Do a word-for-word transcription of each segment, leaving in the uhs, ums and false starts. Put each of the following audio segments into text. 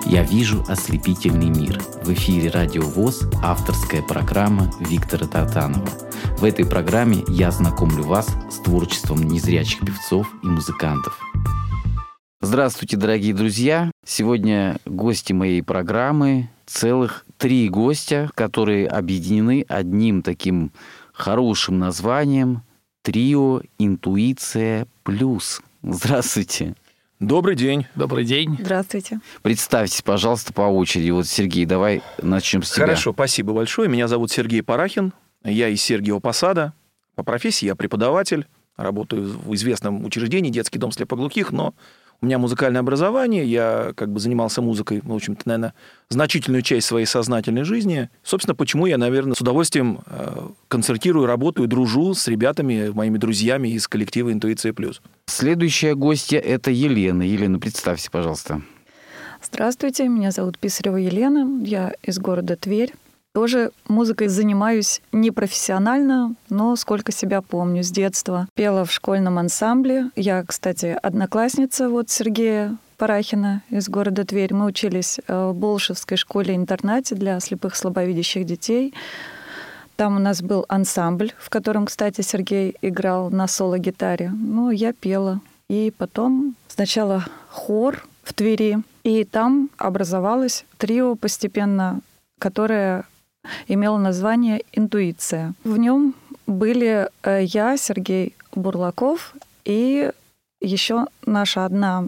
Я вижу ослепительный мир. В эфире Радио ВОС авторская программа Виктора Тартанова. В этой программе я знакомлю вас с творчеством незрячих певцов и музыкантов. Здравствуйте, дорогие друзья! Сегодня гости моей программы целых три гостя, которые объединены одним таким хорошим названием «Трио Интуиция Плюс». Здравствуйте! Добрый день. Добрый день. Здравствуйте. Представьтесь, пожалуйста, по очереди. Вот, Сергей, давай начнем с тебя. Хорошо, спасибо большое. Меня зовут Сергей Парахин. Я из Сергиева Посада. По профессии я преподаватель. Работаю в известном учреждении, детский дом слепоглухих, но у меня музыкальное образование. Я как бы занимался музыкой, в общем-то, наверное, значительную часть своей сознательной жизни. Собственно, почему я, наверное, с удовольствием концертирую, работаю, дружу с ребятами, моими друзьями из коллектива «Интуиция плюс». Следующая гостья – это Елена. Елена, представься, пожалуйста. Здравствуйте, меня зовут Писарева Елена, я из города Тверь. Тоже музыкой занимаюсь непрофессионально, но сколько себя помню с детства. Пела в школьном ансамбле. Я, кстати, одноклассница вот Сергея Парахина из города Тверь. Мы учились в Болшевской школе-интернате для слепых слабовидящих детей. Там у нас был ансамбль, в котором, кстати, Сергей играл на соло-гитаре. Ну, я пела. И потом сначала хор в Твери, и там образовалось трио постепенно, которое имело название «Интуиция». В нем были я, Сергей Бурлаков, и еще наша одна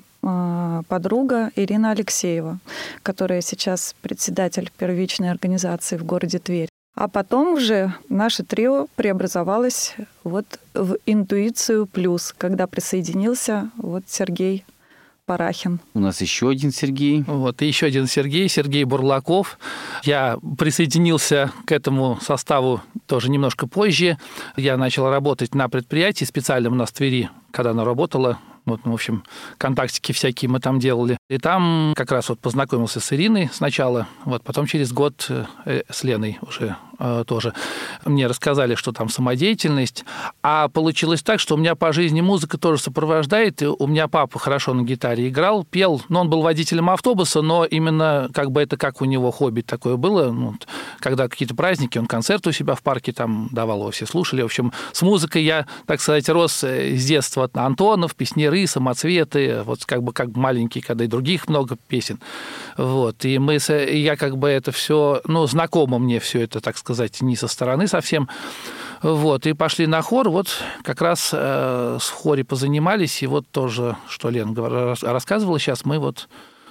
подруга Ирина Алексеева, которая сейчас председатель первичной организации в городе Тверь. А потом уже наше трио преобразовалось вот в «Интуицию плюс», когда присоединился вот Сергей Парахин. У нас еще один Сергей. Вот, и еще один Сергей, Сергей Бурлаков. Я присоединился к этому составу тоже немножко позже. Я начал работать на предприятии специальном у нас в Твери, когда она работала. Вот, в общем, контактики всякие мы там делали. И там как раз вот познакомился с Ириной сначала, вот, потом через год с Леной уже э, тоже. Мне рассказали, что там самодеятельность. А получилось так, что у меня по жизни музыка тоже сопровождает. И у меня папа хорошо на гитаре играл, пел. Но он был водителем автобуса, но именно как бы это как у него хобби такое было. Ну, когда какие-то праздники, он концерты у себя в парке там давал, его все слушали. В общем, с музыкой я, так сказать, рос с детства. Антонов, Песняры, Самоцветы, вот как бы как маленький, когда и других много песен. Вот. И мы, и я как бы это все, ну, знакомо мне все это, так сказать, не со стороны совсем. Вот. И пошли на хор, вот как раз э, с хоре позанимались, и вот тоже, что Лена рассказывала сейчас, мы вот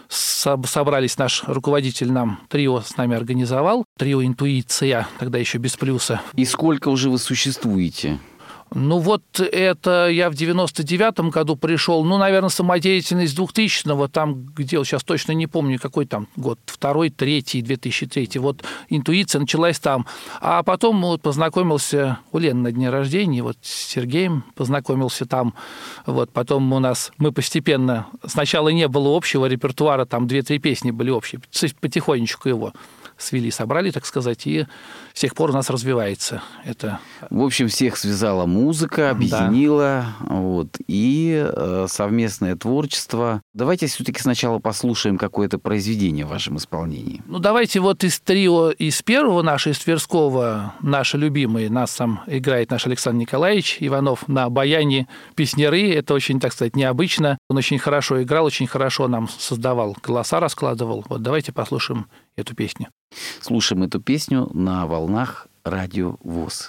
собрались, наш руководитель нам трио с нами организовал, трио «Интуиция», тогда еще без плюса. И сколько уже вы существуете? Ну вот это я в девяносто девятом году пришел, ну, наверное, самодеятельность двухтысячного, там, где, сейчас точно не помню, какой там год, второй, третий, две тысячи третий, вот «Интуиция» началась там. А потом вот познакомился у Лены на дне рождения, вот с Сергеем познакомился там, вот, потом у нас, мы постепенно, сначала не было общего репертуара, там две-три песни были общие, потихонечку его свели, собрали, так сказать, и с тех пор у нас развивается это. В общем, всех связала музыка, объединила, да. Вот, и э, совместное творчество. Давайте все-таки сначала послушаем какое-то произведение в вашем исполнении. Ну, давайте вот из трио, из первого нашего, из Тверского, наши любимые, нас сам играет наш Александр Николаевич Иванов на баяне «Песняры». Это очень, так сказать, необычно. Он очень хорошо играл, очень хорошо нам создавал, голоса раскладывал. Вот давайте послушаем эту песню. Слушаем эту песню на волнах Радио ВОС.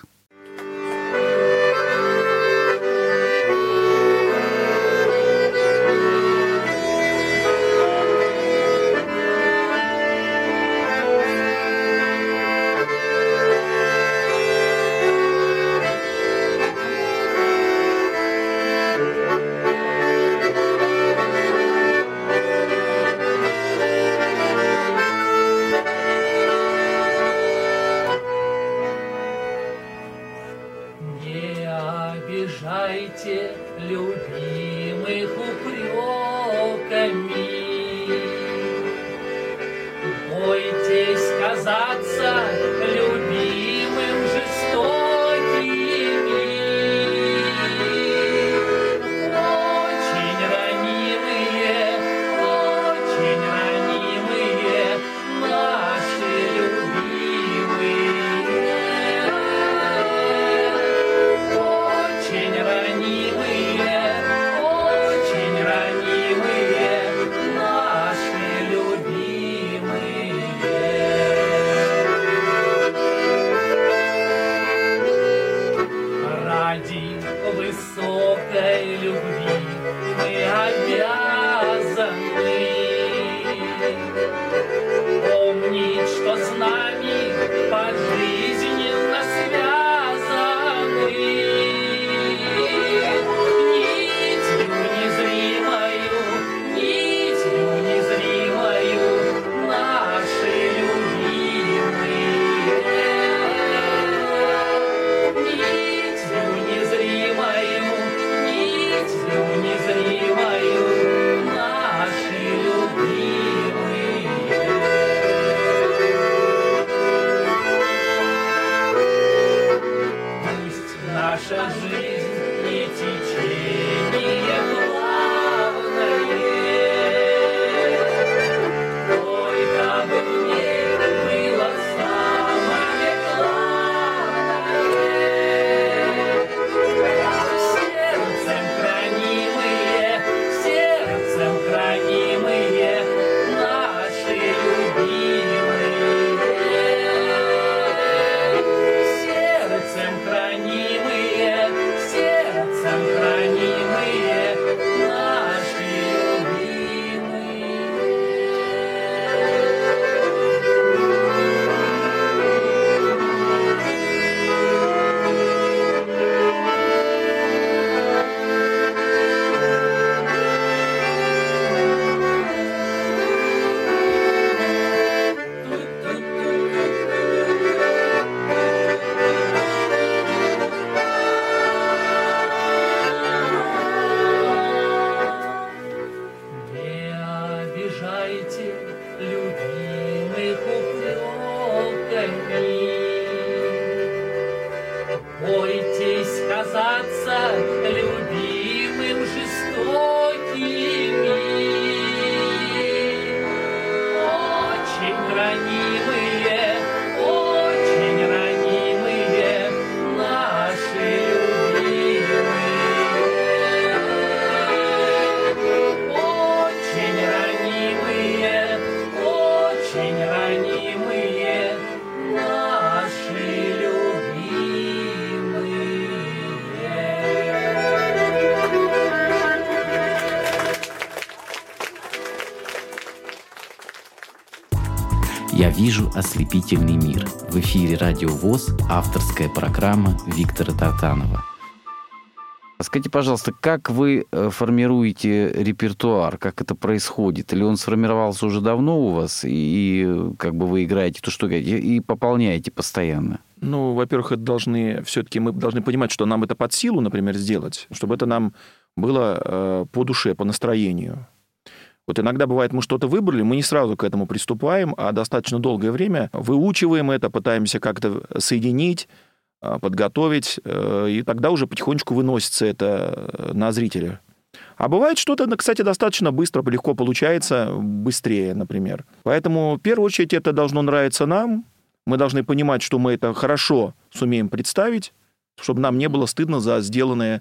«Я вижу ослепительный мир». В эфире Радио ВОС, авторская программа Виктора Тартанова. Скажите, пожалуйста, как вы формируете репертуар, как это происходит? Или он сформировался уже давно у вас, и как бы вы играете то, что и пополняете постоянно? Ну, во-первых, это должны, все-таки мы должны понимать, что нам это под силу, например, сделать, чтобы это нам было э, по душе, по настроению. Вот иногда бывает, мы что-то выбрали, мы не сразу к этому приступаем, а достаточно долгое время выучиваем это, пытаемся как-то соединить, подготовить, и тогда уже потихонечку выносится это на зрителя. А бывает что-то, кстати, достаточно быстро, легко получается, быстрее, например. Поэтому в первую очередь это должно нравиться нам, мы должны понимать, что мы это хорошо сумеем представить, чтобы нам не было стыдно за сделанное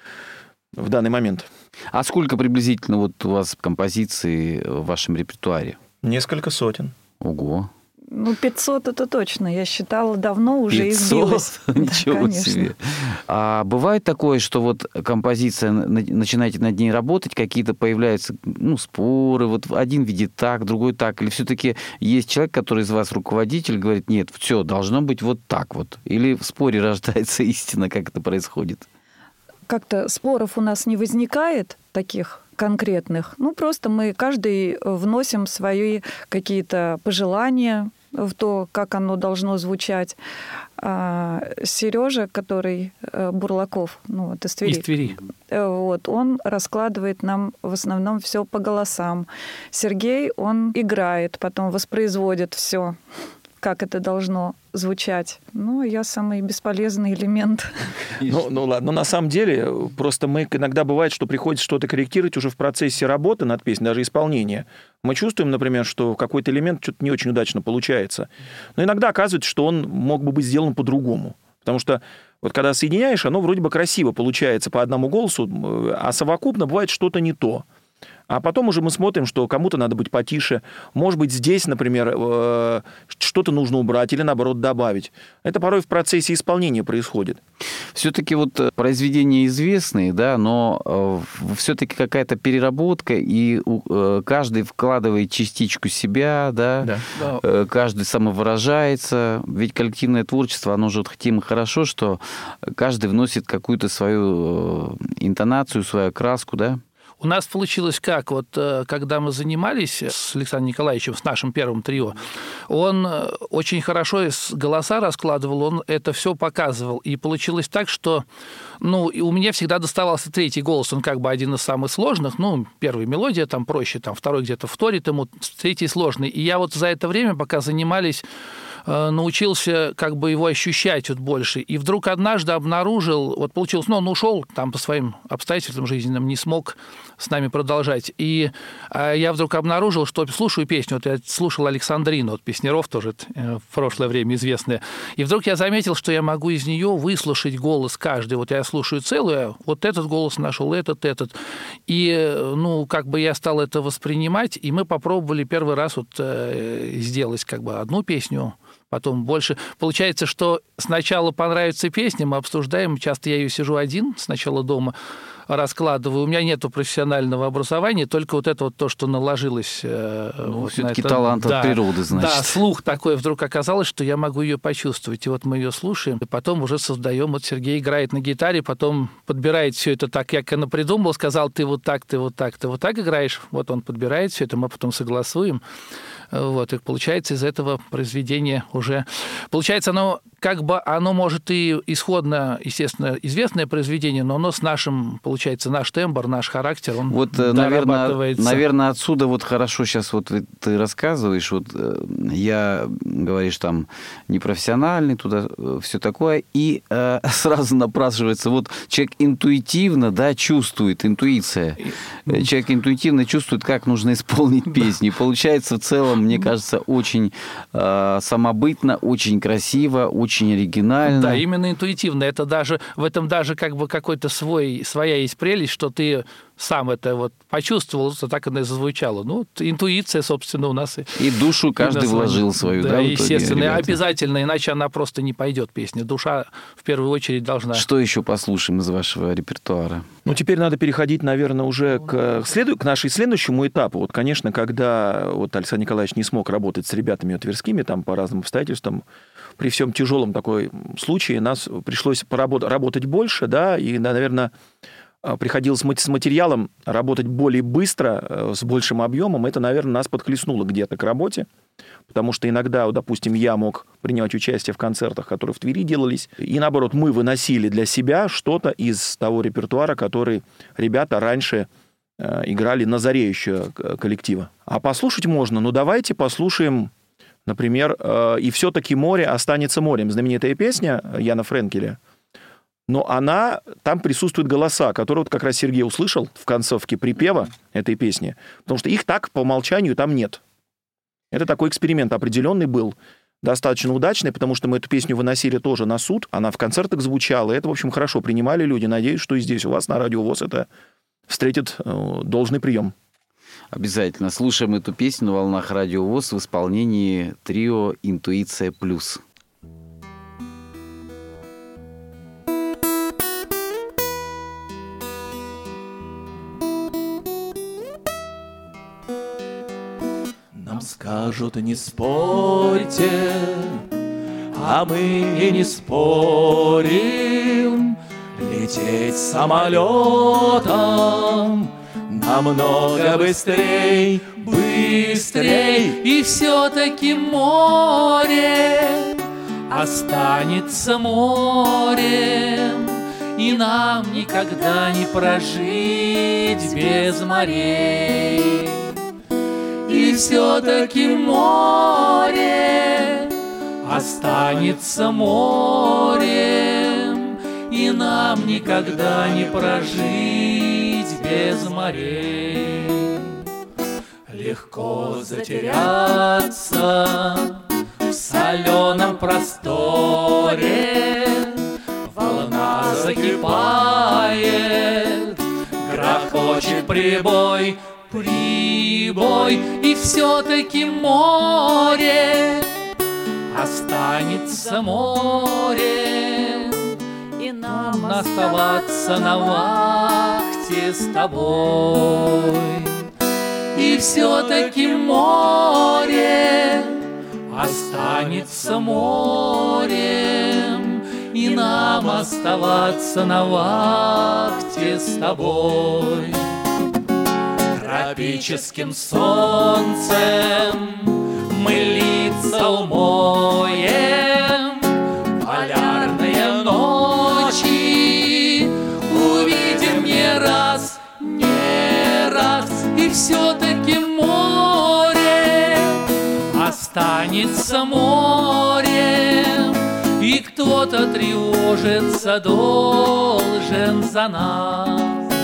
в данный момент. А сколько приблизительно вот у вас композиций в вашем репертуаре? Несколько сотен. Ого. Ну, пятьсот это точно. Я считала давно, уже пятьсот? избилась. Ничего да, себе. А бывает такое, что вот композиция, начинаете над ней работать, какие-то появляются ну, споры, вот один видит так, другой так, или все-таки есть человек, который из вас руководитель, говорит, нет, все, должно быть вот так вот. Или в споре рождается истина, как это происходит? Как-то споров у нас не возникает таких конкретных. Ну, просто мы каждый вносим свои какие-то пожелания в то, как оно должно звучать. А Сережа, который Бурлаков, ну, вот из Твери, из Твери. Вот, он раскладывает нам в основном все по голосам. Сергей, он играет, потом воспроизводит все, как это должно звучать. Ну, я самый бесполезный элемент. Ну, ну ладно, но на самом деле, просто мы иногда бывает, что приходится что-то корректировать уже в процессе работы над песней, даже исполнения. Мы чувствуем, например, что какой-то элемент что-то не очень удачно получается. Но иногда оказывается, что он мог бы быть сделан по-другому. Потому что вот когда соединяешь, оно вроде бы красиво получается по одному голосу, а совокупно бывает что-то не то. А потом уже мы смотрим, что кому-то надо быть потише. Может быть, здесь, например, что-то нужно убрать или, наоборот, добавить. Это порой в процессе исполнения происходит. Все-таки вот произведения известные, да, но все-таки какая-то переработка, и каждый вкладывает частичку себя, да, да. Каждый самовыражается. Ведь коллективное творчество, оно же хотим и хорошо, что каждый вносит какую-то свою интонацию, свою краску, да. У нас получилось как? Вот когда мы занимались с Александром Николаевичем, с нашим первым трио, он очень хорошо голоса раскладывал, он это все показывал. И получилось так, что ну, у меня всегда доставался третий голос, он как бы один из самых сложных. Ну, первая мелодия там проще, там второй где-то вторит ему, третий сложный. И я вот за это время, пока занимались, научился как бы его ощущать вот больше. И вдруг однажды обнаружил, вот получилось, ну, он ушел там по своим обстоятельствам жизненным, не смог с нами продолжать. И я вдруг обнаружил, что слушаю песню, вот я слушал Александрину, вот Песняров тоже в прошлое время известная, и вдруг я заметил, что я могу из нее выслушать голос каждый. Вот я слушаю целую, вот этот голос нашел, этот, этот. И, ну, как бы я стал это воспринимать, и мы попробовали первый раз вот сделать как бы одну песню, потом больше. Получается, что сначала понравится песня, мы обсуждаем, часто я ее сижу один, сначала дома, раскладываю. У меня нету профессионального образования, только вот это вот то, что наложилось. Ну, вот все-таки это. талант Да, от природы, значит. Да, слух такой. Вдруг оказалось, что я могу ее почувствовать. И вот мы ее слушаем, и потом уже создаем. Вот Сергей играет на гитаре, потом подбирает все это так, как она придумал, сказал, ты вот так, ты вот так, ты вот так играешь. Вот он подбирает все это, мы потом согласуем. Вот, и получается из этого произведения уже... Получается, оно как бы, оно может и исходно, естественно, известное произведение, но оно с нашим, получается, наш тембр, наш характер, он вот, наверное, наверное, отсюда вот хорошо сейчас вот ты рассказываешь, вот я, говоришь, там, непрофессиональный, туда все такое, и э, сразу напрашивается, вот человек интуитивно, да, чувствует, интуиция. Человек интуитивно чувствует, как нужно исполнить песню. Получается, в целом, мне кажется, очень э, самобытно, очень красиво, очень оригинально. Да, именно интуитивно. Это даже, в этом даже как бы какой-то свой, своя есть прелесть, что ты сам это вот почувствовал, что так оно и зазвучало. Ну, интуиция, собственно, у нас... И душу каждый вложил свою, да? Да, итоге, естественно, ребята? Обязательно, иначе она просто не пойдет, песня. Душа в первую очередь должна... Что еще послушаем из вашего репертуара? Ну, теперь надо переходить, наверное, уже к, следу... к нашей следующему этапу. Вот, конечно, когда вот Александр Николаевич не смог работать с ребятами тверскими, там, по разным обстоятельствам, при всем тяжелом такой случае, нас пришлось поработать, работать больше, да, и, наверное, приходилось с материалом работать более быстро, с большим объемом. Это, наверное, нас подхлестнуло где-то к работе, потому что иногда, допустим, я мог принимать участие в концертах, которые в Твери делались, и, наоборот, мы выносили для себя что-то из того репертуара, который ребята раньше играли на заре еще коллектива. А послушать можно. Ну, давайте послушаем, например, «И все-таки море останется морем». Знаменитая песня Яна Френкеля. Но она, там присутствуют голоса, которые вот как раз Сергей услышал в концовке припева этой песни, потому что их так по умолчанию там нет. Это такой эксперимент определенный был, достаточно удачный, потому что мы эту песню выносили тоже на суд, она в концертах звучала, и это, в общем, хорошо принимали люди. Надеюсь, что и здесь у вас на Радио ВОС это встретит э, должный прием. Обязательно слушаем эту песню на волнах Радио ВОС в исполнении трио «Интуиция плюс». Скажут, не спорьте, а мы и не спорим. Лететь самолетом намного быстрей, быстрей. И все-таки море останется морем, и нам никогда не прожить без морей. И все-таки море останется морем, и нам никогда не прожить без морей. Легко затеряться в соленом просторе, волна закипает, грохочет прибой, прибой, и все-таки море останется морем, и нам оставаться на вахте с тобой. И все-таки море останется морем, и нам оставаться на вахте с тобой. Тропическим солнцем мы лица умоем, полярные ночи увидим не раз, не раз. И все-таки море останется морем, и кто-то тревожиться должен за нас.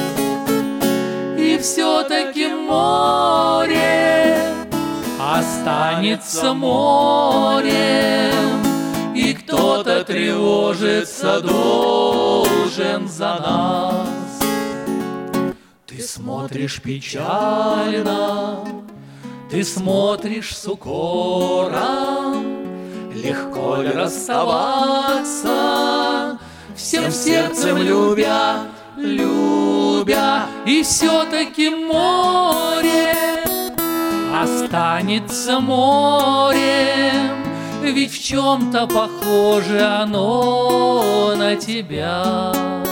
И все-таки море останется морем, и кто-то тревожиться должен за нас. Ты смотришь печально, ты смотришь с укором, легко ли расставаться, всем сердцем любя, любя. И все-таки море останется морем, ведь в чем-то похоже оно на тебя.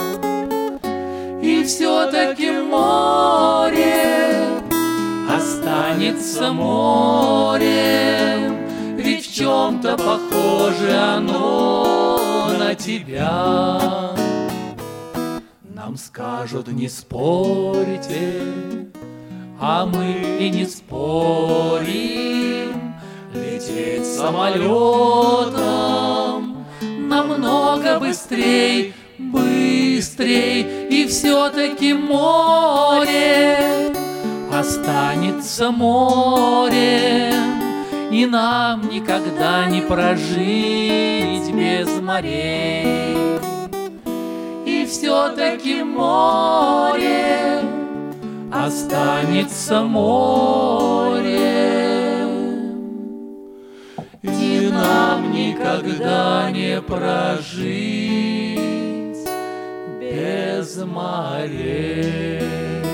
И все-таки море останется морем, ведь в чем-то похоже оно на тебя. Нам скажут, не спорьте, а мы и не спорим. Лететь самолетом намного быстрей, быстрей. И все-таки море останется морем, и нам никогда не прожить без морей. И все-таки море останется море, и нам никогда не прожить без морей.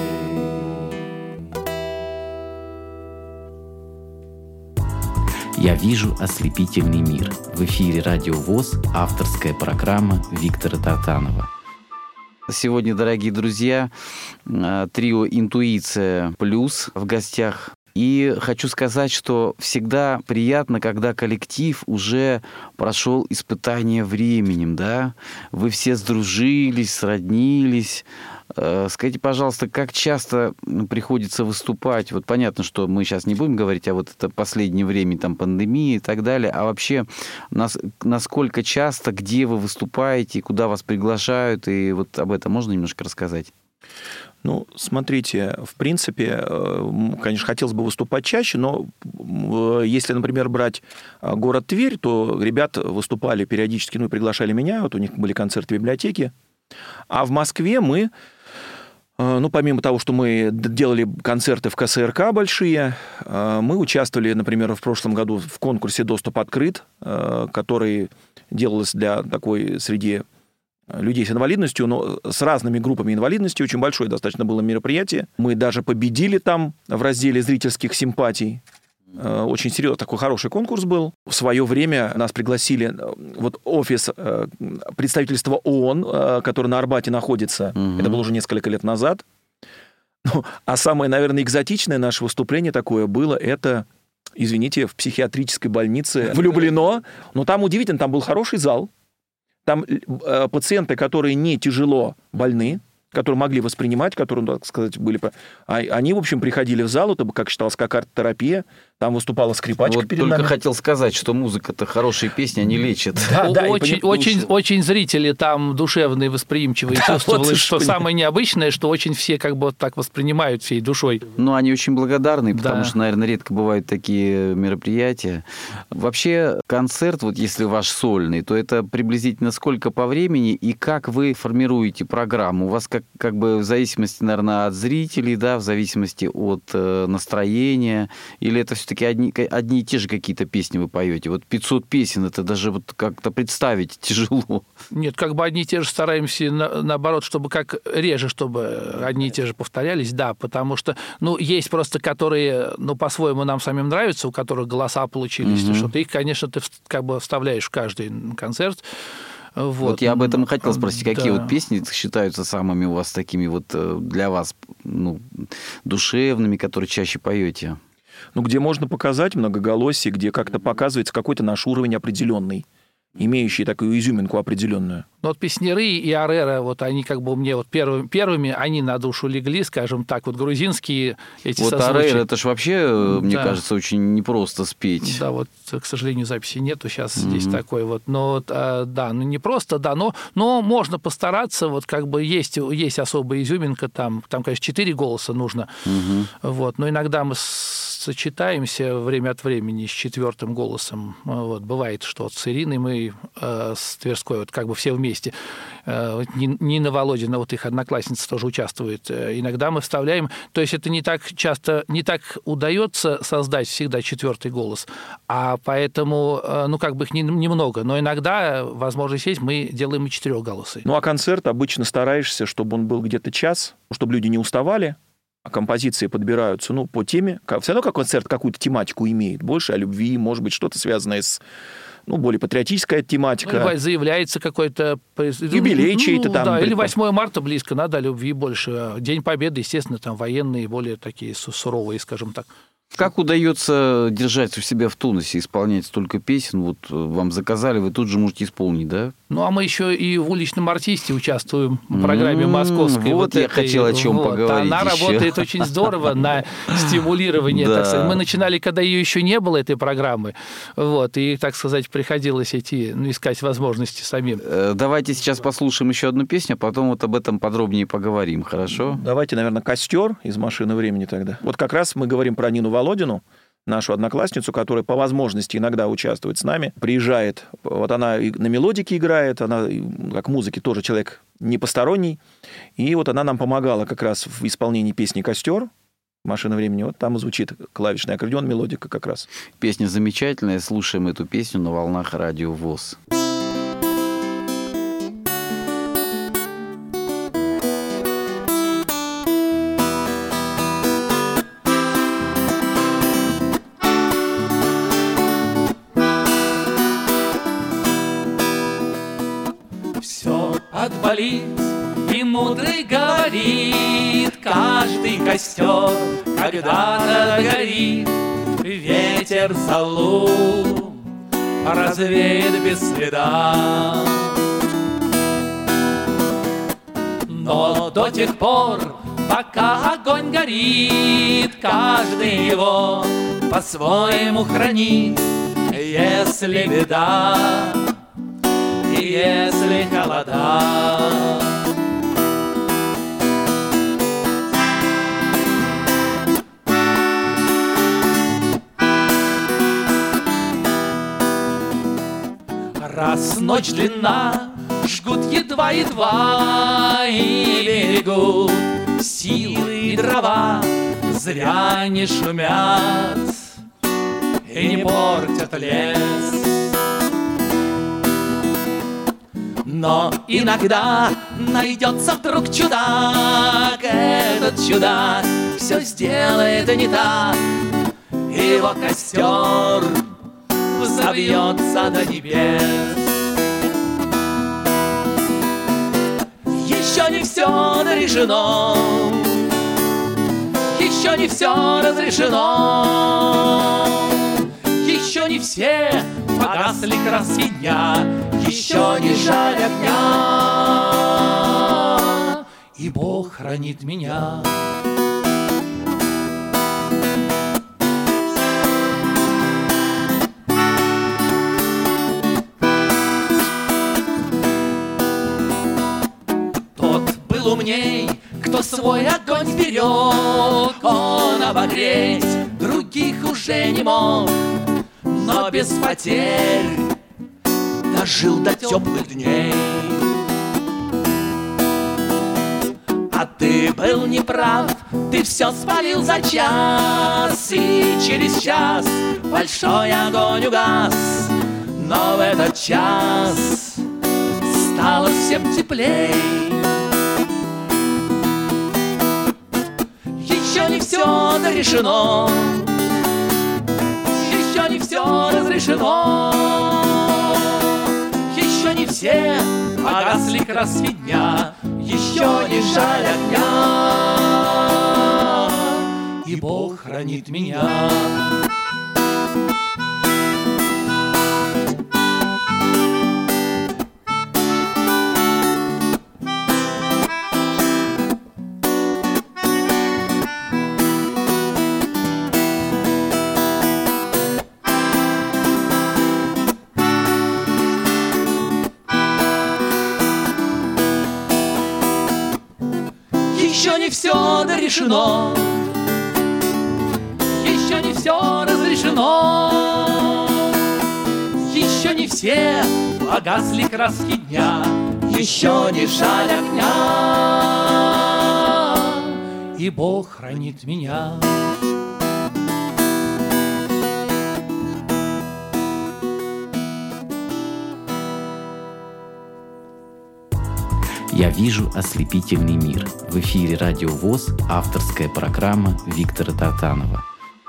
«Я вижу ослепительный мир». В эфире Радио ВОС, авторская программа Виктора Тартанова. Сегодня, дорогие друзья, трио «Интуиция плюс» в гостях. И хочу сказать, что всегда приятно, когда коллектив уже прошел испытание временем, да? Вы все сдружились, сроднились. Скажите, пожалуйста, как часто приходится выступать? Вот понятно, что мы сейчас не будем говорить о вот это последнее время, там, пандемии и так далее, а вообще нас, насколько часто, где вы выступаете, куда вас приглашают, и вот об этом можно немножко рассказать? Ну, смотрите, в принципе, конечно, хотелось бы выступать чаще, но если, например, брать город Тверь, то ребят выступали периодически, ну, и приглашали меня, вот у них были концерты в библиотеке, а в Москве мы... Ну, помимо того, что мы делали концерты в ка эс эр ка большие, мы участвовали, например, в прошлом году в конкурсе «Доступ открыт», который делался для такой среди людей с инвалидностью, но с разными группами инвалидности. Очень большое достаточно было мероприятие. Мы даже победили там в разделе зрительских симпатий. Очень серьезный, такой хороший конкурс был. В свое время нас пригласили вот офис представительства ООН, который на Арбате находится. Mm-hmm. Это было уже несколько лет назад. Ну, а самое, наверное, экзотичное наше выступление такое было, это, извините, в психиатрической больнице в Люблино. Но там удивительно, там был хороший зал. Там пациенты, которые не тяжело больны, которые могли воспринимать, которые, так сказать, были... Они, в общем, приходили в зал, это, как считалось, как арт-терапия, там выступала скрипачка вот перед только нами. хотел сказать, что музыка-то хорошие песни, они лечат. Да, да, очень, очень, очень зрители там душевные, восприимчивые, чувствовали, что самое необычное, что очень все как бы вот так воспринимают всей душой. Ну, они очень благодарны, потому что, наверное, редко бывают такие мероприятия. Вообще, концерт, вот если ваш сольный, то это приблизительно сколько по времени, и как вы формируете программу? У вас как, как бы в зависимости, наверное, от зрителей, да, в зависимости от э, настроения, или это все-таки одни, одни и те же какие-то песни вы поете? Вот пятьсот песен, это даже вот как-то представить тяжело. Нет, как бы одни и те же стараемся, на, наоборот, чтобы как реже, чтобы одни и те же повторялись, да, потому что, ну, есть просто, которые, ну, по-своему нам самим нравятся, у которых голоса получились, mm-hmm. что-то, их, конечно, ты как бы вставляешь в каждый концерт. Вот. вот я об этом и хотел спросить, какие да. вот песни считаются самыми у вас такими вот для вас, ну, душевными, которые чаще поете? Ну, где можно показать многоголосие, где как-то показывается какой-то наш уровень определенный, имеющий такую изюминку определенную. Ну, вот «Песняры» и «Арера», вот они как бы мне вот первыми, первыми, они на душу легли, скажем так, вот грузинские эти вот созвучия. Вот «Арера» это ж вообще, мне да. кажется, очень непросто спеть. Да, вот, к сожалению, записи нету сейчас mm-hmm. здесь такой вот. Но, да, ну не просто, да, но, но можно постараться, вот как бы есть, есть особая изюминка, там, там, конечно, четыре голоса нужно, mm-hmm. вот, но иногда мы сочетаемся время от времени с четвертым голосом. Вот, бывает, что вот с Ириной мы э, с Тверской, вот как бы все вместе. Э, Нина Володина, вот их одноклассница, тоже участвует. Иногда мы вставляем, то есть это не так часто, не так удается создать всегда четвертый голос, а поэтому, э, ну как бы их немного, но иногда возможность есть, мы делаем и четырехголосый. Ну а концерт обычно стараешься, чтобы он был где-то час, чтобы люди не уставали. Композиции подбираются, ну, по теме. Все равно как концерт какую-то тематику имеет. Больше о любви, может быть, что-то связанное с, ну, более патриотическая тематика. Ну, заявляется какой-то... Юбилей ну, чей-то там. Да, или восьмое марта близко, надо о любви больше. День Победы, естественно, там военные, более такие суровые, скажем так. Как удается держать у себя в тонусе, исполнять столько песен? Вот вам заказали, вы тут же можете исполнить, да? Ну, а мы еще и в «Уличном артисте» участвуем в программе московской. Вот, вот я этой, хотел о чем вот, поговорить. Она еще. работает очень здорово на стимулирование, да. так сказать. Мы начинали, когда ее еще не было, этой программы. Вот, и, так сказать, приходилось идти, ну, искать возможности самим. Давайте сейчас послушаем еще одну песню, а потом вот об этом подробнее поговорим, хорошо? Давайте, наверное, «Костер» из «Машины времени» тогда. Вот как раз мы говорим про Нину Володину, нашу одноклассницу, которая по возможности иногда участвует с нами, приезжает, вот она на мелодике играет, она как музыки тоже человек не посторонний. И вот она нам помогала как раз в исполнении песни «Костер», «Машина времени». Вот там звучит клавишный аккордеон, мелодика как раз. Песня замечательная. Слушаем эту песню на волнах Радио ВОС. Все отболит, и мудрый говорит, каждый костер когда-то горит, ветер залу развеет без следа. Но до тех пор, пока огонь горит, каждый его по-своему хранит, если беда, если холода. Раз ночь длинна, жгут едва-едва и берегут силы и дрова, зря не шумят и не портят лес. Но иногда найдется вдруг чудак, этот чудак все сделает не так, его костер взовьется до небес. Еще не все решено, еще не все разрешено, еще не все погасли краски дня, еще не жаль огня, и Бог хранит меня. Тот был умней, кто свой огонь берег, он обогреть других уже не мог, но без потерь дожил до теплых дней. А ты был неправ, ты все спалил за час, и через час большой огонь угас. Но в этот час стало всем теплей. Еще не все решено, еще не все разрешено, еще не все погасли краски дня, еще не жаль огня, и Бог хранит меня. Еще не все решено, еще не все разрешено, еще не все погасли краски дня, еще не жаль огня, и Бог хранит меня. «Я вижу ослепительный мир». В эфире Радио ВОС, авторская программа Виктора Тартанова.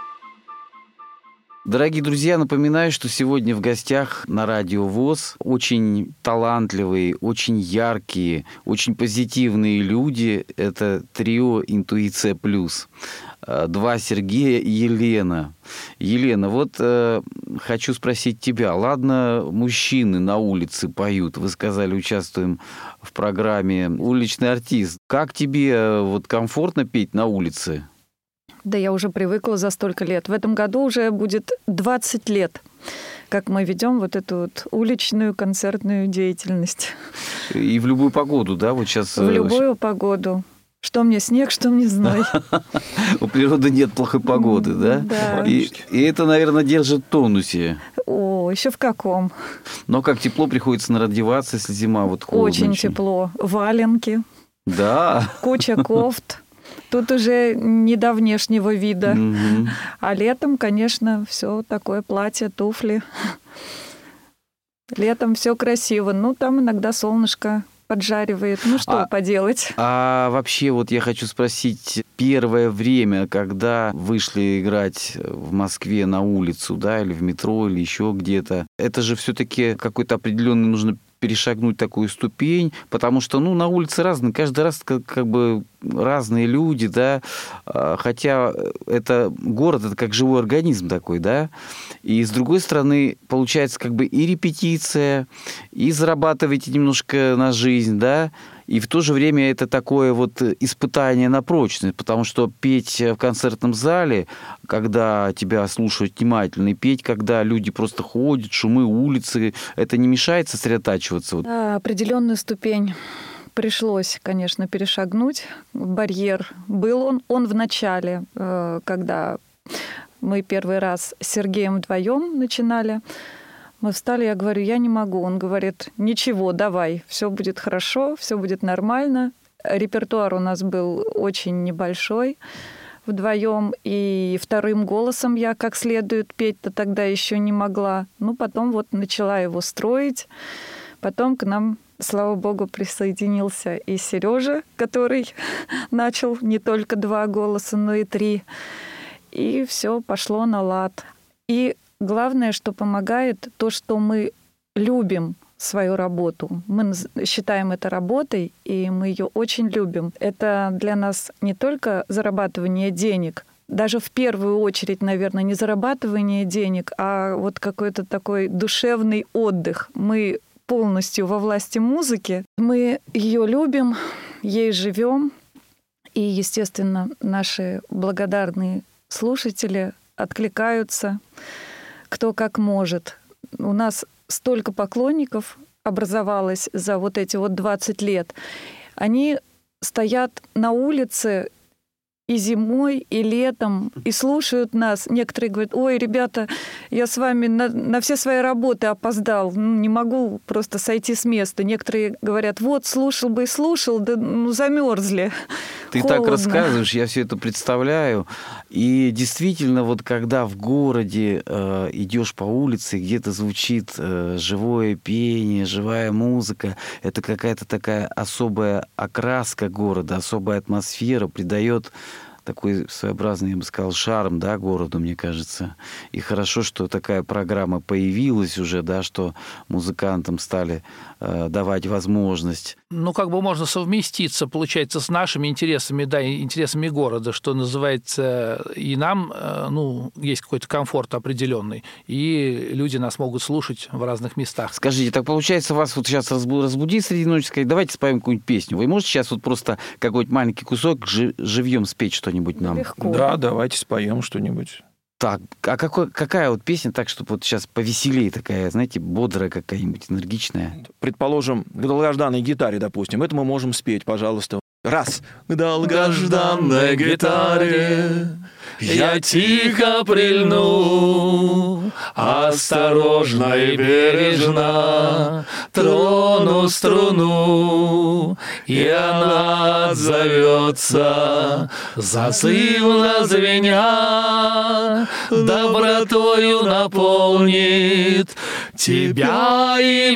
Дорогие друзья, напоминаю, что сегодня в гостях на Радио ВОС очень талантливые, очень яркие, очень позитивные люди. Это трио «Интуиция плюс». Два Сергея и Елена. Елена, вот э, хочу спросить тебя. Ладно, мужчины на улице поют. Вы сказали, участвуем в программе «Уличный артист». Как тебе вот комфортно петь на улице? Да я уже привыкла за столько лет. В этом году уже будет двадцать лет, как мы ведем вот эту вот уличную концертную деятельность. И в любую погоду, да? Вот сейчас... В любую погоду. Что мне снег, что мне зной. У природы нет плохой погоды, да? Да. И, и это, наверное, держит в тонусе. О, тепло, еще в каком. Но как тепло приходится нараздеваться, если зима вот холодно. Очень тепло. Валенки. Да. Куча кофт. Тут уже не до внешнего вида. Мгм. А летом, конечно, все такое платье, туфли. Летом все красиво. Ну, там иногда солнышко поджаривает. Ну, что А- поделать? А вообще вот я хочу спросить, первое время, когда вышли играть в Москве на улицу, да, или в метро, или еще где-то, это же все-таки какой-то определенный нужно перешагнуть такую ступень, потому что, ну, на улице разные, каждый раз как, как бы разные люди, да, а, хотя это город, это как живой организм такой, да, и с другой стороны, получается как бы и репетиция, и зарабатываете немножко на жизнь, да, и в то же время это такое вот испытание на прочность, потому что петь в концертном зале, когда тебя слушают внимательно, и петь, когда люди просто ходят, шумы улицы, это не мешает сосредотачиваться? Вот. Да, определенную ступень пришлось, конечно, перешагнуть. Барьер был он, он в начале, э, когда мы первый раз с Сергеем вдвоем начинали. Мы встали, я говорю, я не могу. Он говорит, ничего, давай, все будет хорошо, все будет нормально. Репертуар у нас был очень небольшой вдвоем, и вторым голосом я как следует петь-то тогда еще не могла. Ну, потом вот начала его строить. Потом к нам, слава богу, присоединился и Сережа, который начал не только два голоса, но и три. И все пошло на лад. И главное, что помогает, то, что мы любим свою работу. Мы считаем это работой, и мы ее очень любим. Это для нас не только зарабатывание денег, даже в первую очередь, наверное, не зарабатывание денег, а вот какой-то такой душевный отдых. Мы полностью во власти музыки. Мы ее любим, ей живем. И, естественно, наши благодарные слушатели откликаются, кто как может. У нас столько поклонников образовалось за вот эти вот двадцать лет. Они стоят на улице и зимой, и летом, и слушают нас. Некоторые говорят, ой, ребята, я с вами на, на все свои работы опоздал, ну, не могу просто сойти с места. Некоторые говорят, вот, слушал бы и слушал, да ну, замерзли. Ты Холодно. так рассказываешь, я все это представляю. И действительно, вот когда в городе э, идешь по улице, где-то звучит э, живое пение, живая музыка, это какая-то такая особая окраска города, особая атмосфера, придает такой своеобразный, я бы сказал, шарм, да, городу, мне кажется. И хорошо, что такая программа появилась уже, да, что музыкантам стали э, давать возможность. Ну, как бы можно совместиться, получается, с нашими интересами, да, и интересами города, что называется, и нам, ну, есть какой-то комфорт определенный, и люди нас могут слушать в разных местах. Скажите, так получается, вас вот сейчас разбудить среди ночи, сказать, давайте споем какую-нибудь песню. Вы можете сейчас вот просто какой-нибудь маленький кусок живьем спеть что-нибудь нам? Легко. Да, давайте споем что-нибудь. Так, а какой, какая вот песня так, чтобы вот сейчас повеселее такая, знаете, бодрая какая-нибудь, энергичная? Предположим, к долгожданной гитаре, допустим. Это мы можем спеть, пожалуйста. Раз. К долгожданной гитаре я тихо прильну, осторожно и бережно трону струну, и она отзовется, зазывно звеня, добротою наполнит тебя и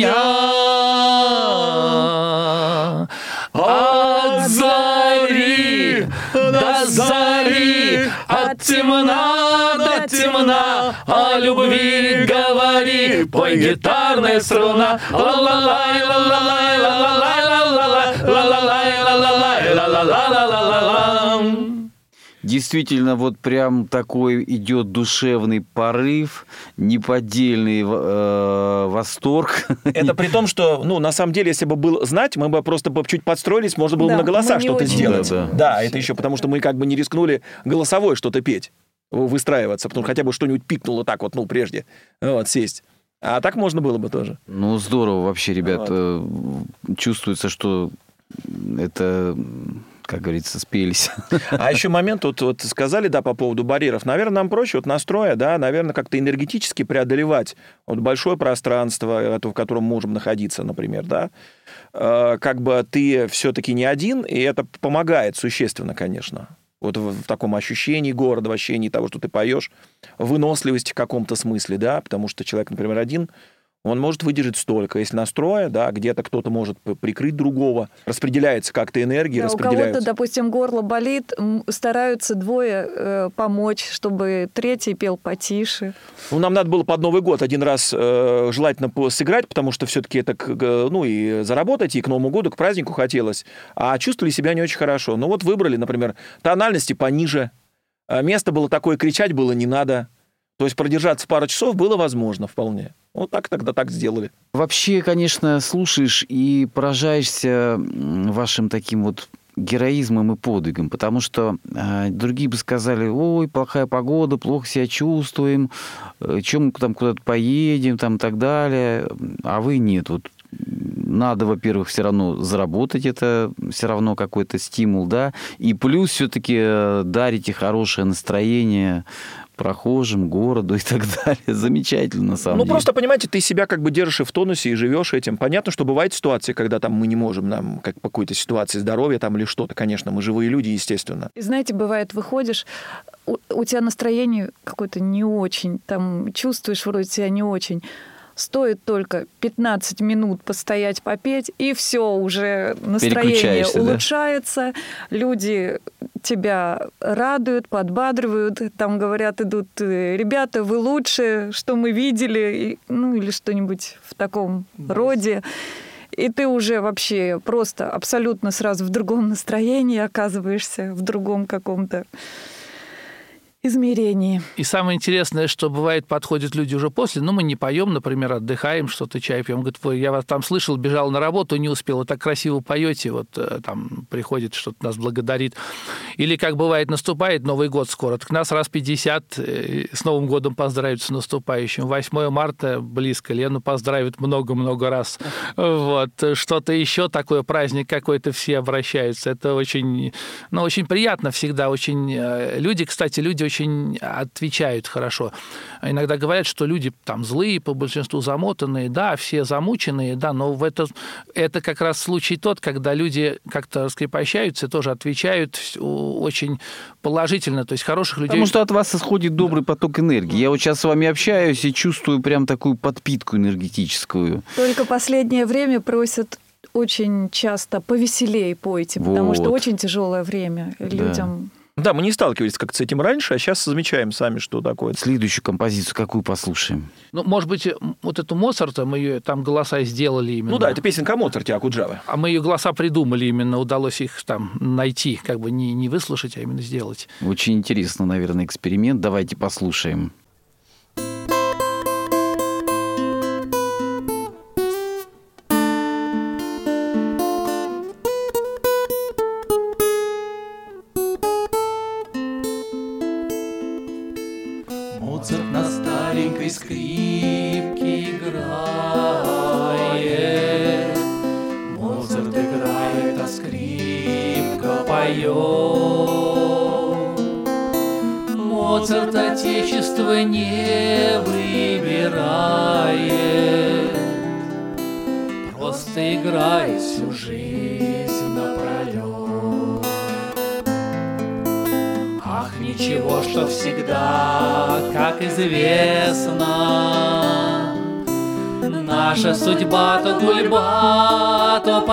меня. От зари до зари, от темна до темна, о любви говори, пой гитарная струна. Ла-ла-лай, ла-ла-лай, ла-ла-лай, ла-ла-лай, ла-ла-лай, ла-ла-лай, ла-ла-ла-ла-ла-ла. Действительно, вот прям такой идет душевный порыв, неподдельный э, восторг. Это при том, что, ну, на самом деле, если бы был знать, мы бы просто бы чуть подстроились, можно было бы Да, на голоса мы не что-то очень. сделать. Да, Да, да. это еще потому, что мы как бы не рискнули голосовой что-то петь, выстраиваться, потому что хотя бы что-нибудь пикнуло так вот, ну, прежде, вот, сесть. А так можно было бы тоже. Ну, здорово вообще, ребят. Вот. Э, Чувствуется, что это, как говорится, спелись. А еще момент, вот, вот сказали, да, по поводу барьеров. Наверное, нам проще от настроя, да, наверное, как-то энергетически преодолевать вот большое пространство, в котором можем находиться, например, да. Как бы ты все-таки не один, и это помогает существенно, конечно. Вот в, в таком ощущении города, в ощущении того, что ты поешь, выносливости в каком-то смысле, да, потому что человек, например, один, он может выдержать столько. Если настроя, да, где-то кто-то может прикрыть другого, распределяется как-то энергия, да, распределяется. У кого-то, допустим, горло болит, стараются двое э, помочь, чтобы третий пел потише. Ну, нам надо было под Новый год один раз э, желательно сыграть, потому что все-таки это, ну, и заработать, и к Новому году, к празднику хотелось. А чувствовали себя не очень хорошо. Ну, вот выбрали, например, тональности пониже. Место было такое, кричать было не надо. То есть продержаться пару часов было возможно вполне. Вот так тогда так сделали. Вообще, конечно, слушаешь и поражаешься вашим таким вот героизмом и подвигом, потому что э, другие бы сказали: ой, плохая погода, плохо себя чувствуем, э, чем мы там куда-то поедем, там и так далее. А вы нет. Вот надо, во-первых, все равно заработать, это все равно какой-то стимул, да, и плюс все-таки дарите хорошее настроение прохожим, городу и так далее. Замечательно, на самом ну, деле. Ну, просто, понимаете, ты себя как бы держишь и в тонусе, и живешь этим. Понятно, что бывают ситуации, когда там мы не можем, нам, как по какой-то ситуации здоровья там или что-то, конечно, мы живые люди, естественно. И знаете, бывает, выходишь, у, у тебя настроение какое-то не очень, там чувствуешь вроде себя не очень. Стоит только пятнадцать минут постоять, попеть, и все, уже настроение улучшается, да? Люди тебя радуют, подбадривают, там говорят, идут: ребята, вы лучше, что мы видели, ну или что-нибудь в таком да. роде. И ты уже вообще просто абсолютно сразу в другом настроении оказываешься, в другом каком-то измерении. И самое интересное, что бывает, подходят люди уже после, ну, мы не поем, например, отдыхаем, что-то чай пьем. Говорит: ой, я вас там слышал, бежал на работу, не успел, вы так красиво поете, вот там приходит, что-то нас благодарит. Или, как бывает, наступает Новый год скоро, так нас раз пятьдесят с Новым годом поздравят с наступающим. восьмое марта близко, Лену поздравят много-много раз. Вот. Что-то еще такое, праздник какой-то, все обращаются. Это очень, ну, очень приятно всегда. Очень... Люди, кстати, люди очень очень отвечают хорошо. Иногда говорят, что люди там злые, по большинству замотанные, да, все замученные, да, но в это, это как раз случай тот, когда люди как-то раскрепощаются и тоже отвечают очень положительно, то есть хороших людей... Потому что от вас исходит добрый поток энергии. Я вот сейчас с вами общаюсь и чувствую прям такую подпитку энергетическую. Только последнее время просят очень часто повеселее пойте, вот. Потому что очень тяжелое время людям... Да. Да, мы не сталкивались как-то с этим раньше, а сейчас замечаем сами, что такое. Следующую композицию какую послушаем? Ну, может быть, вот эту Моцарта, мы ее там голоса сделали именно. Ну да, это песенка о Моцарте, о Акуджаве. А мы ее голоса придумали именно, удалось их там найти, как бы не, не выслушать, а именно сделать. Очень интересно, наверное, эксперимент. Давайте послушаем. Моцарт на старенькой скрипке играет, Моцарт играет, а скрипка поет. Моцарт отечество не выбирает, просто играет всю жизнь напролет. Ничего, что всегда, как известно, наша судьба то гульба, то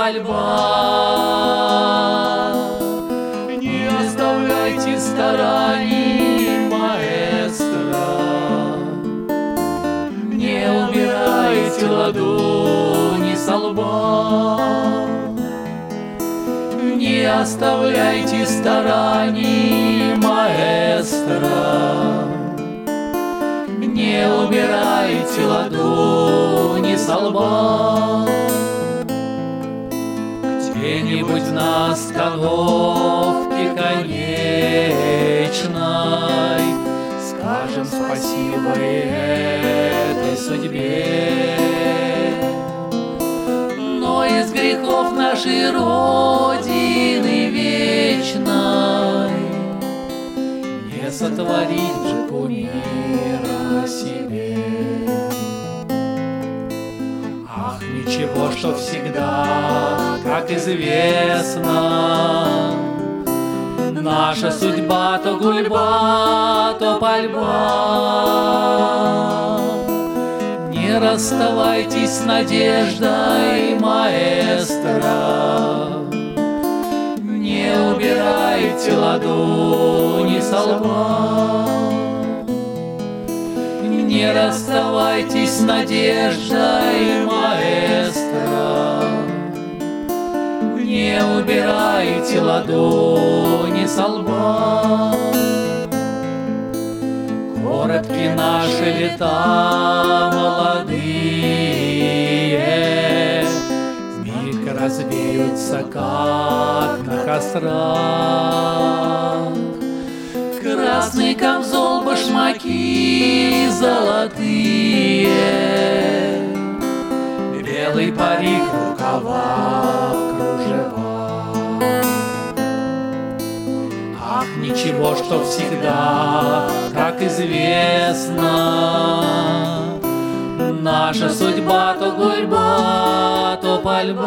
пальба. Не оставляйте стараний маэстро, не убирайте ладони со лба. Не оставляйте стараний маэстро, не убирайте ладони со лба. Где-нибудь на остановке конечной скажем спасибо этой судьбе. Но из греха грехов нашей Родины вечной, не сотворить же кумира себе. Ах, ничего, что всегда, как известно, наша судьба то гульба, то пальба. Не расставайтесь с надеждой, маэстро, не убирайте ладони со лба. Не расставайтесь с надеждой, маэстро, не убирайте ладони со лба. Коротки наши лета молодые, вмиг развеются, как на кострах. Красный камзол, башмаки золотые, белый парик, рукава в кружева. Ах, ничего, что всегда, как известно, наша судьба то гульба, то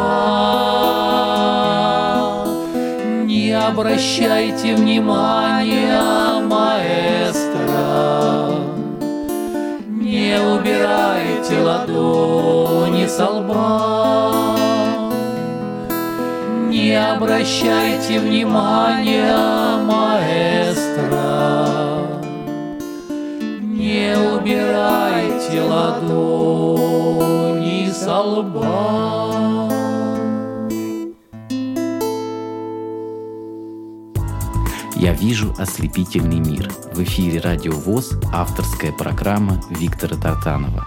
пальба. Не обращайте внимания, маэстро, не убирайте ладони со лба. Не обращайте внимания, маэстро, не убирайте ладони со лба. «Я вижу ослепительный мир». В эфире Радио ВОС, авторская программа Виктора Тартанова.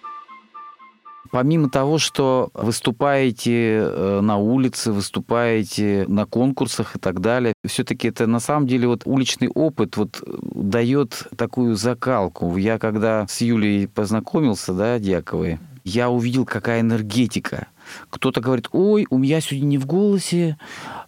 Помимо того, что выступаете на улице, выступаете на конкурсах и так далее, все-таки это на самом деле вот уличный опыт вот дает такую закалку. Я когда с Юлей познакомился, да, Дьяковой, я увидел, какая энергетика. Кто-то говорит: ой, у меня сегодня не в голосе,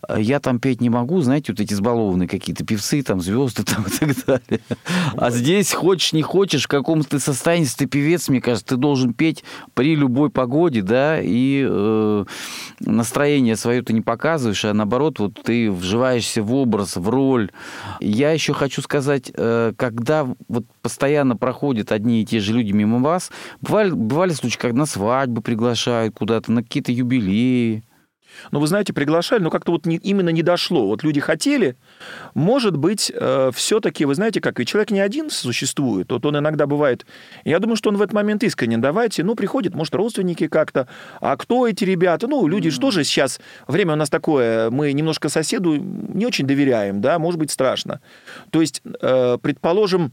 я там петь не могу, знаете, вот эти избалованные какие-то певцы, там, звезды там, и так далее. А здесь, хочешь не хочешь, в каком ты состоянии, если ты певец, мне кажется, ты должен петь при любой погоде, да, и э, настроение свое ты не показываешь, а наоборот, вот ты вживаешься в образ, в роль. Я еще хочу сказать, э, когда вот постоянно проходят одни и те же люди мимо вас, бывали, бывали случаи, когда на свадьбы приглашают куда-то, на какие-то юбилеи. Ну, вы знаете, приглашали, но как-то вот не, именно не дошло. Вот люди хотели, может быть, э, все-таки, вы знаете, как, ведь человек не один существует, вот он иногда бывает, я думаю, что он в этот момент искренен, давайте, ну, приходят, может, родственники как-то, а кто эти ребята? Ну, люди же тоже сейчас, время у нас такое, мы немножко соседу не очень доверяем, да, может быть, страшно. То есть, э, предположим,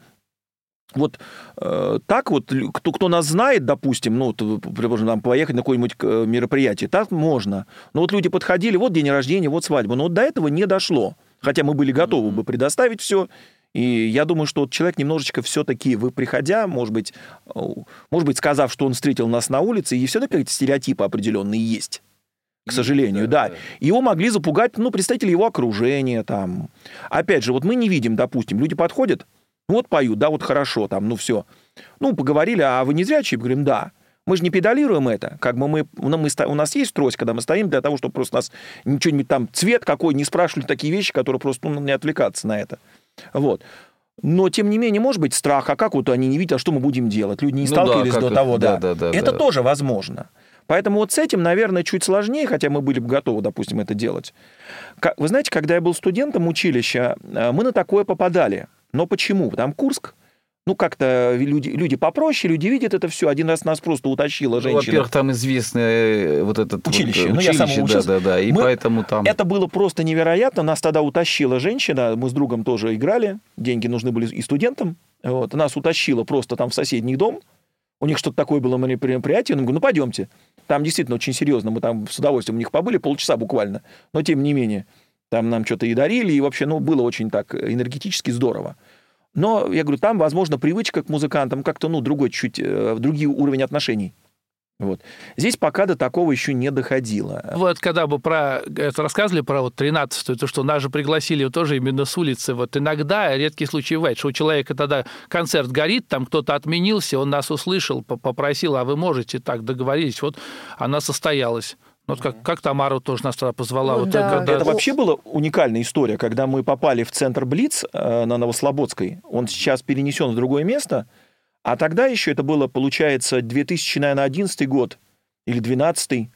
вот э, так вот, кто, кто нас знает, допустим, ну, предположим, нам поехать на какое-нибудь мероприятие, так можно. Но вот люди подходили, вот день рождения, вот свадьба. Но вот до этого не дошло. Хотя мы были готовы бы предоставить все. И я думаю, что вот человек немножечко все-таки, вы приходя, может быть, может быть, сказав, что он встретил нас на улице, и все-таки какие-то стереотипы определенные есть. К сожалению, да, да. да. Его могли запугать, ну, представители его окружения там. Опять же, вот мы не видим, допустим, люди подходят, вот поют, да, вот хорошо, там, ну все. Ну, поговорили, а вы не зрячие? Говорим, да. Мы же не педалируем это. Как бы мы, ну, мы, у нас есть трость, когда мы стоим для того, чтобы просто нас ничего-нибудь там, цвет какой, не спрашивали такие вещи, которые просто, ну, не отвлекаться на это. Вот. Но, тем не менее, может быть страх, а как вот они не видят, а что мы будем делать? Люди не ну сталкивались да, до это, того, да. да, да, да это да. тоже возможно. Поэтому вот с этим, наверное, чуть сложнее, хотя мы были бы готовы, допустим, это делать. Вы знаете, когда я был студентом училища, мы на такое попадали. Но почему? Там Курск, ну, как-то люди, люди попроще, люди видят это все. Один раз нас просто утащила женщина. Ну, во-первых, там известное вот это училище. Вот, ну, училище, я сам учился. Да, да, да. И мы, поэтому там... Это было просто невероятно. Нас тогда утащила женщина. Мы с другом тоже играли. Деньги нужны были и студентам. Вот. Нас утащила просто там в соседний дом. У них что-то такое было мероприятие. Я говорю, ну, пойдемте. Там действительно очень серьезно. Мы там с удовольствием у них побыли, полчаса буквально. Но, тем не менее, там нам что-то и дарили. И вообще, ну, было очень так энергетически здорово. Но, я говорю, там, возможно, привычка к музыкантам как-то, ну, другой чуть, другой уровень отношений. Вот. Здесь пока до такого еще не доходило. Вот когда бы про это рассказывали, про вот тринадцатую, то, что нас же пригласили тоже именно с улицы. Вот иногда, редкий случай бывает, что у человека тогда концерт горит, там кто-то отменился, он нас услышал, попросил, а вы можете так, договорились, вот она состоялась. Вот как, как Тамара тоже нас тогда позвала. Ну, вот да. когда... Это вообще была уникальная история, когда мы попали в центр Блиц э, на Новослободской. Он сейчас перенесен в другое место. А тогда еще это было, получается, две тысячи одиннадцатый год или двенадцатый,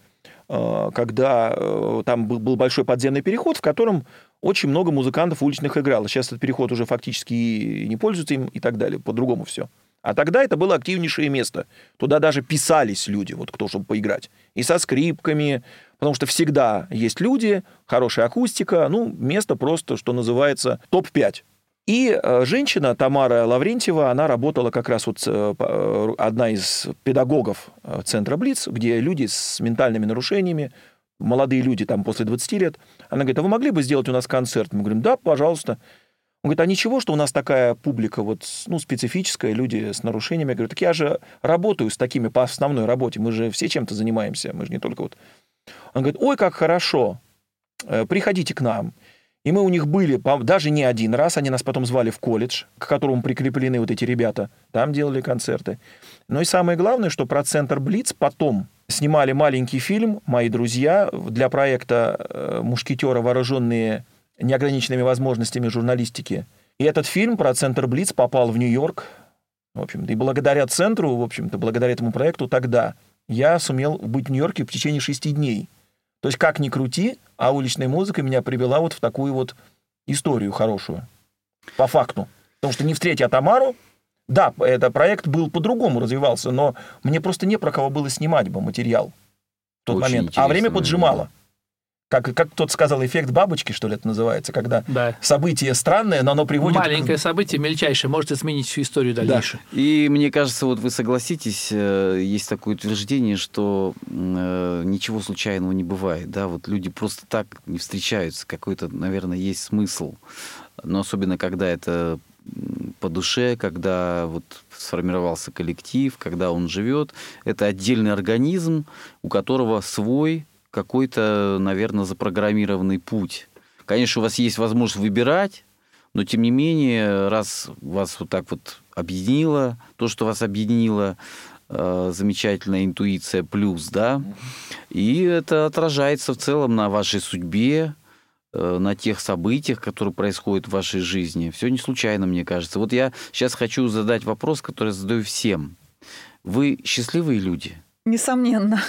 э, когда э, там был, был большой подземный переход, в котором очень много музыкантов уличных играло. Сейчас этот переход уже фактически и не пользуется им и так далее. По-другому все. А тогда это было активнейшее место. Туда даже писались люди, вот кто, чтобы поиграть. И со скрипками, потому что всегда есть люди, хорошая акустика, ну, место просто, что называется, топ пять. И э, женщина Тамара Лаврентьева, она работала как раз вот э, одна из педагогов э, центра Блиц, где люди с ментальными нарушениями, молодые люди там после двадцати лет. Она говорит, а вы могли бы сделать у нас концерт? Мы говорим, да, пожалуйста. Он говорит, а ничего, что у нас такая публика вот, ну, специфическая, люди с нарушениями. Я говорю, так я же работаю с такими по основной работе, мы же все чем-то занимаемся, мы же не только вот... Он говорит, ой, как хорошо, приходите к нам. И мы у них были даже не один раз, они нас потом звали в колледж, к которому прикреплены вот эти ребята, там делали концерты. Но и самое главное, что про центр Блиц потом снимали маленький фильм «Мои друзья» для проекта «Мушкетеры, вооруженные неограниченными возможностями журналистики». И этот фильм про центр Блиц попал в Нью-Йорк. В общем-то, и благодаря центру, в общем-то, благодаря этому проекту тогда я сумел быть в Нью-Йорке в течение шести дней. То есть, как ни крути, а уличная музыка меня привела вот в такую вот историю хорошую. По факту. Потому что не встретя Тамару, да, этот проект был по-другому развивался, но мне просто не про кого было снимать бы материал в тот Очень момент. А время интересно, поджимало. да. Как, как кто-то сказал, эффект бабочки, что ли, это называется, когда Да. событие странное, но оно приводит... Маленькое событие, мельчайшее, может изменить всю историю дальнейшую. Да. И мне кажется, вот вы согласитесь, есть такое утверждение, что э, ничего случайного не бывает. Да? Вот люди просто так не встречаются. Какой-то, наверное, есть смысл. Но особенно, когда это по душе, когда вот сформировался коллектив, когда он живет. Это отдельный организм, у которого свой какой-то, наверное, запрограммированный путь. Конечно, у вас есть возможность выбирать, но, тем не менее, раз вас вот так вот объединило, то, что вас объединило, э, замечательная интуиция плюс, да, и это отражается в целом на вашей судьбе, э, на тех событиях, которые происходят в вашей жизни. Все не случайно, мне кажется. Вот я сейчас хочу задать вопрос, который задаю всем. Вы счастливые люди? Несомненно.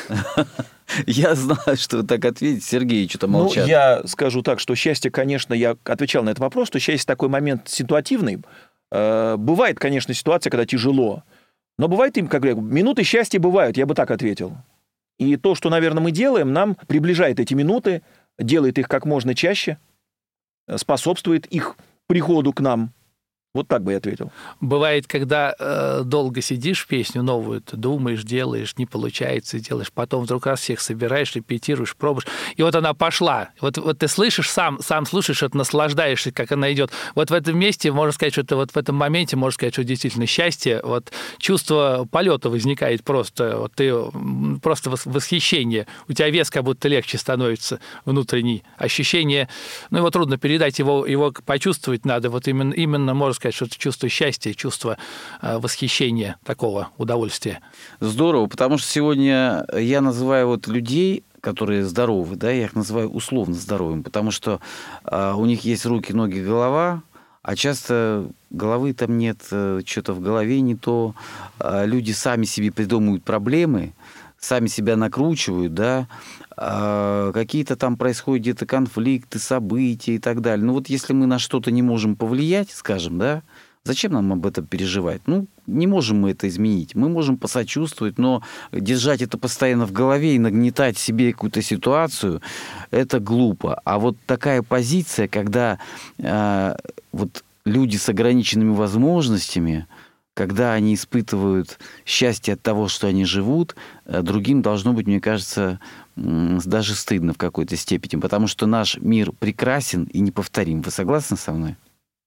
Я знаю, что вы так ответите. Сергей что-то молчат. Ну, я скажу так, что счастье, конечно, я отвечал на этот вопрос, что счастье такой момент ситуативный. Э, бывает, конечно, ситуация, когда тяжело. Но бывает им, как говорят, минуты счастья бывают, я бы так ответил. И то, что, наверное, мы делаем, нам приближает эти минуты, делает их как можно чаще, способствует их приходу к нам. Вот так бы я ответил. Бывает, когда э, долго сидишь, песню новую, ты думаешь, делаешь, не получается, делаешь, потом вдруг раз всех собираешь, репетируешь, пробуешь, и вот она пошла. Вот, вот ты слышишь сам, сам слушаешь, это наслаждаешься, как она идет. Вот в этом месте, можно сказать, что это вот в этом моменте, можно сказать, что действительно счастье, вот чувство полета возникает просто, вот ты просто восхищение, у тебя вес как будто легче становится внутренний, ощущение, ну его трудно передать, его, его почувствовать надо, вот именно, именно можно сказать, что это чувство счастья, чувство э, восхищения, такого удовольствия. Здорово, потому что сегодня я называю вот людей, которые здоровы, да, я их называю условно здоровыми, потому что э, у них есть руки, ноги, голова, а часто головы там нет, э, что-то в голове не то, э, люди сами себе придумывают проблемы, сами себя накручивают, да, а какие-то там происходят где-то конфликты, события и так далее. Ну вот если мы на что-то не можем повлиять, скажем, да, зачем нам об этом переживать? Ну, не можем мы это изменить. Мы можем посочувствовать, но держать это постоянно в голове и нагнетать себе какую-то ситуацию, это глупо. А вот такая позиция, когда э, вот люди с ограниченными возможностями, когда они испытывают счастье от того, что они живут, другим должно быть, мне кажется, даже стыдно в какой-то степени, потому что наш мир прекрасен и неповторим. Вы согласны со мной?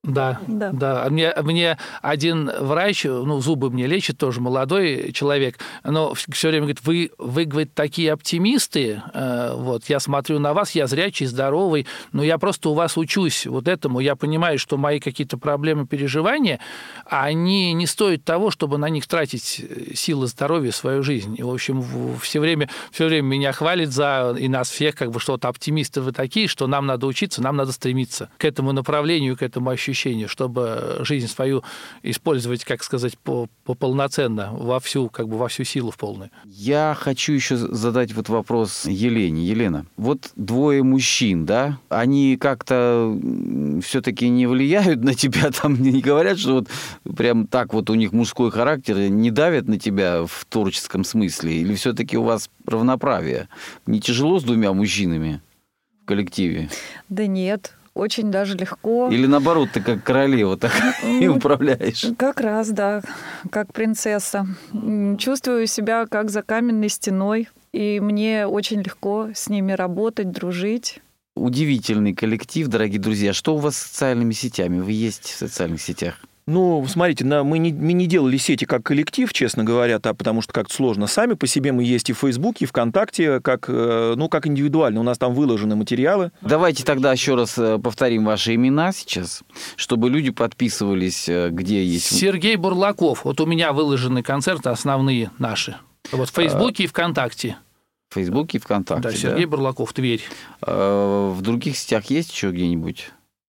Да, да. да. Мне, мне один врач, ну, зубы мне лечит, тоже молодой человек, но все время говорит, вы, вы говорит, такие оптимисты, э, вот, я смотрю на вас, я зрячий, здоровый, но я просто у вас учусь вот этому, я понимаю, что мои какие-то проблемы, переживания, они не стоят того, чтобы на них тратить силы здоровья, свою жизнь. И, в общем, все время, все время меня хвалят за, и нас всех, как бы, что вот оптимисты вы такие, что нам надо учиться, нам надо стремиться к этому направлению, к этому ощущению, чтобы жизнь свою использовать, как сказать, по, по полноценно, во всю, как бы во всю силу в полную. Я хочу еще задать вот вопрос Елене. Елена, вот двое мужчин, да, они как-то все-таки не влияют на тебя, там не говорят, что вот прям так вот у них мужской характер, не давят на тебя в творческом смысле, или все-таки у вас равноправие? Не тяжело с двумя мужчинами в коллективе? Да нет. Очень даже легко. Или наоборот, ты как королева так и управляешь? Как раз, да, как принцесса. Чувствую себя как за каменной стеной, и мне очень легко с ними работать, дружить. Удивительный коллектив, дорогие друзья. Что у вас с социальными сетями? Вы есть в социальных сетях? Ну, смотрите, мы не, мы не делали сети как коллектив, честно говоря, да, потому что как-то сложно. Сами по себе мы есть и в Фейсбуке, и ВКонтакте, как, ну, как индивидуально. У нас там выложены материалы. Давайте тогда еще раз повторим ваши имена сейчас, чтобы люди подписывались, где есть. Сергей Бурлаков. Вот у меня выложены концерты основные наши. Вот в Фейсбуке а... и ВКонтакте. В Фейсбуке и ВКонтакте, да? Сергей да? Бурлаков, Тверь. А в других сетях есть еще где-нибудь?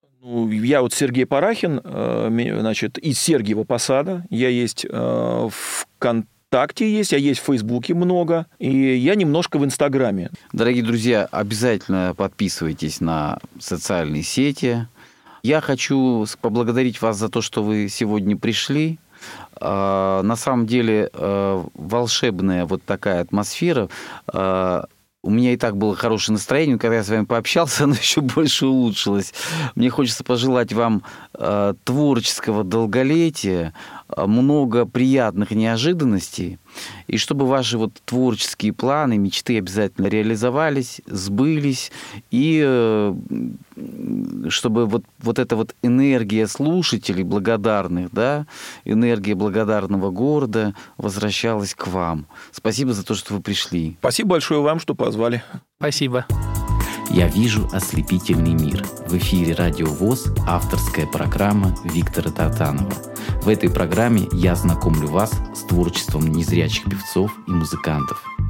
Я вот Сергей Парахин, значит, из Сергиева Посада. Я есть в ВКонтакте, есть, я есть в Фейсбуке много, и я немножко в Инстаграме. Дорогие друзья, обязательно подписывайтесь на социальные сети. Я хочу поблагодарить вас за то, что вы сегодня пришли. На самом деле волшебная вот такая атмосфера. У меня и так было хорошее настроение, когда я с вами пообщался, оно еще больше улучшилось. Мне хочется пожелать вам э, творческого долголетия, много приятных неожиданностей, и чтобы ваши вот творческие планы, мечты обязательно реализовались, сбылись, и э, чтобы вот, вот эта вот энергия слушателей благодарных, да, энергия благодарного города возвращалась к вам. Спасибо за то, что вы пришли. Спасибо большое вам, что позвали. Спасибо. «Я вижу ослепительный мир». В эфире Радио ВОС авторская программа Виктора Тартанова. В этой программе я знакомлю вас с творчеством незрячих певцов и музыкантов.